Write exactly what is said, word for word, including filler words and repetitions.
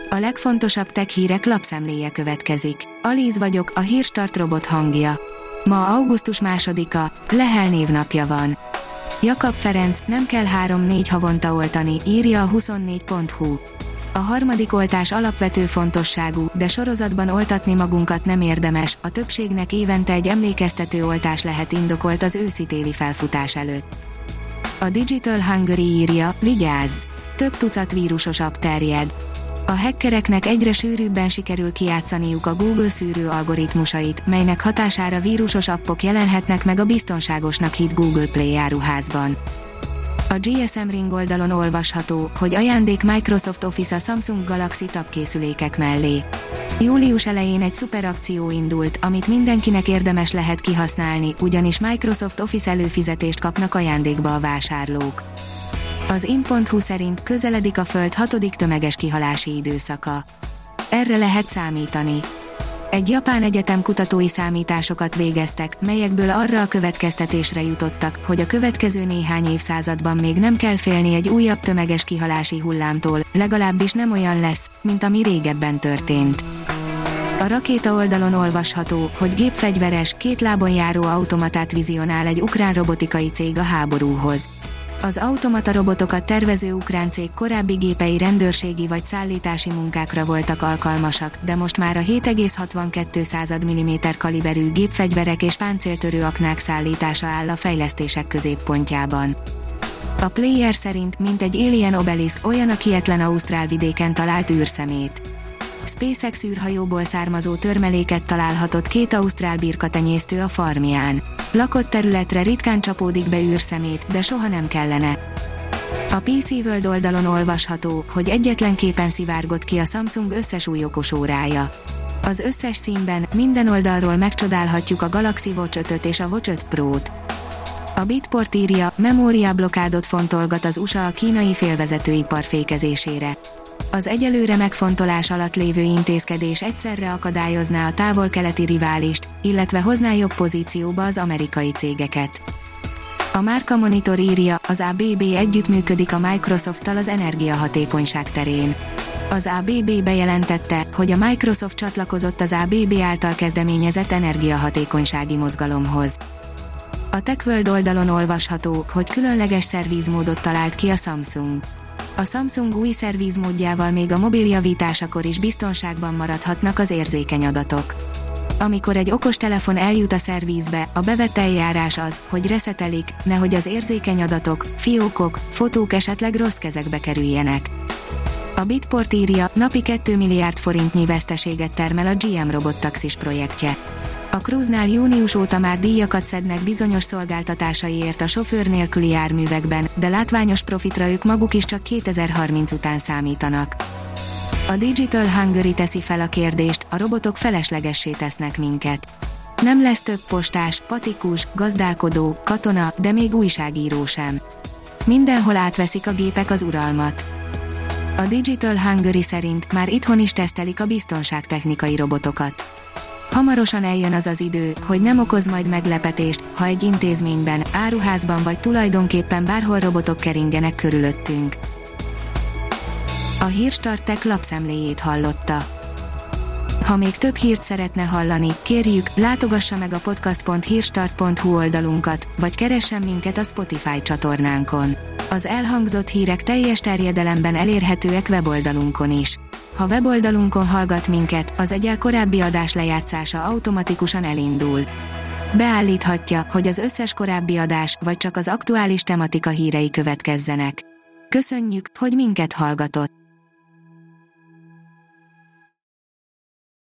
A legfontosabb tech hírek lapszemléje következik. Alíz vagyok, a Hírstart robot hangja. Ma augusztus másodika, Lehel névnapja van. Jakab Ferenc, nem kell három-négy havonta oltani, írja a huszonnégy pont hu. A harmadik oltás alapvető fontosságú, de sorozatban oltatni magunkat nem érdemes, a többségnek évente egy emlékeztető oltás lehet indokolt az őszi-téli felfutás előtt. A Digital Hungary írja, vigyázz! Több tucat vírusos app terjed. A hackereknek egyre sűrűbben sikerül kijátszaniuk a Google szűrő algoritmusait, melynek hatására vírusos appok jelenhetnek meg a biztonságosnak hitt Google Play áruházban. A gé es em Ring oldalon olvasható, hogy ajándék Microsoft Office a Samsung Galaxy Tab készülékek mellé. Július elején egy szuperakció indult, amit mindenkinek érdemes lehet kihasználni, ugyanis Microsoft Office előfizetést kapnak ajándékba a vásárlók. Az in pont hu szerint közeledik a Föld hatodik tömeges kihalási időszaka. Erre lehet számítani. Egy japán egyetem kutatói számításokat végeztek, melyekből arra a következtetésre jutottak, hogy a következő néhány évszázadban még nem kell félni egy újabb tömeges kihalási hullámtól, legalábbis nem olyan lesz, mint ami régebben történt. A rakéta oldalon olvasható, hogy gépfegyveres, két lábon járó automatát vizionál egy ukrán robotikai cég a háborúhoz. Az automata robotokat tervező ukrán cég korábbi gépei rendőrségi vagy szállítási munkákra voltak alkalmasak, de most már a hét egész hatvankettő milliméter kaliberű gépfegyverek és páncéltörő aknák szállítása áll a fejlesztések középpontjában. A Player szerint mintegy Alien Obelisk olyan a kietlen ausztrál vidéken talált űrszemét. SpaceX űrhajóból származó törmeléket találhatott két ausztrál birkatenyésztő a farmján. Lakott területre ritkán csapódik be űrszemét, de soha nem kellene. A pé cé World oldalon olvasható, hogy egyetlen képen szivárgott ki a Samsung összes új okosórája. Az összes színben, minden oldalról megcsodálhatjuk a Galaxy Watch ötöt és a Watch öt Pro-t. A Bitport írja, memóriablokádot fontolgat az u es á a kínai félvezetőipar fékezésére. Az egyelőre megfontolás alatt lévő intézkedés egyszerre akadályozná a távol-keleti riválist, illetve hozná jobb pozícióba az amerikai cégeket. A Márka Monitor írja, az á bé bé együttműködik a Microsofttal az energiahatékonyság terén. Az á bé bé bejelentette, hogy a Microsoft csatlakozott az á bé bé által kezdeményezett energiahatékonysági mozgalomhoz. A TechWorld oldalon olvasható, hogy különleges szervízmódot talált ki a Samsung. A Samsung új szervízmódjával még a mobil javításakor is biztonságban maradhatnak az érzékeny adatok. Amikor egy okostelefon eljut a szervízbe, a bevett eljárás az, hogy reszetelik, nehogy az érzékeny adatok, fiókok, fotók esetleg rossz kezekbe kerüljenek. A Bitport írja, napi két milliárd forintnyi veszteséget termel a gé em robottaxis projektje. A Cruise-nál június óta már díjakat szednek bizonyos szolgáltatásaiért a sofőr nélküli járművekben, de látványos profitra ők maguk is csak kétezer-harminc után számítanak. A Digital Hungary teszi fel a kérdést, a robotok feleslegessé tesznek minket. Nem lesz több postás, patikus, gazdálkodó, katona, de még újságíró sem. Mindenhol átveszik a gépek az uralmat. A Digital Hungary szerint már itthon is tesztelik a biztonságtechnikai robotokat. Hamarosan eljön az az idő, hogy nem okoz majd meglepetést, ha egy intézményben, áruházban vagy tulajdonképpen bárhol robotok keringenek körülöttünk. A Hírstart Tech lapszemléjét hallotta. Ha még több hírt szeretne hallani, kérjük, látogassa meg a podcast pont hírstart pont hu oldalunkat, vagy keressen minket a Spotify csatornánkon. Az elhangzott hírek teljes terjedelemben elérhetőek weboldalunkon is. Ha weboldalunkon hallgat minket, az egyel korábbi adás lejátszása automatikusan elindul. Beállíthatja, hogy az összes korábbi adás, vagy csak az aktuális tematika hírei következzenek. Köszönjük, hogy minket hallgatott!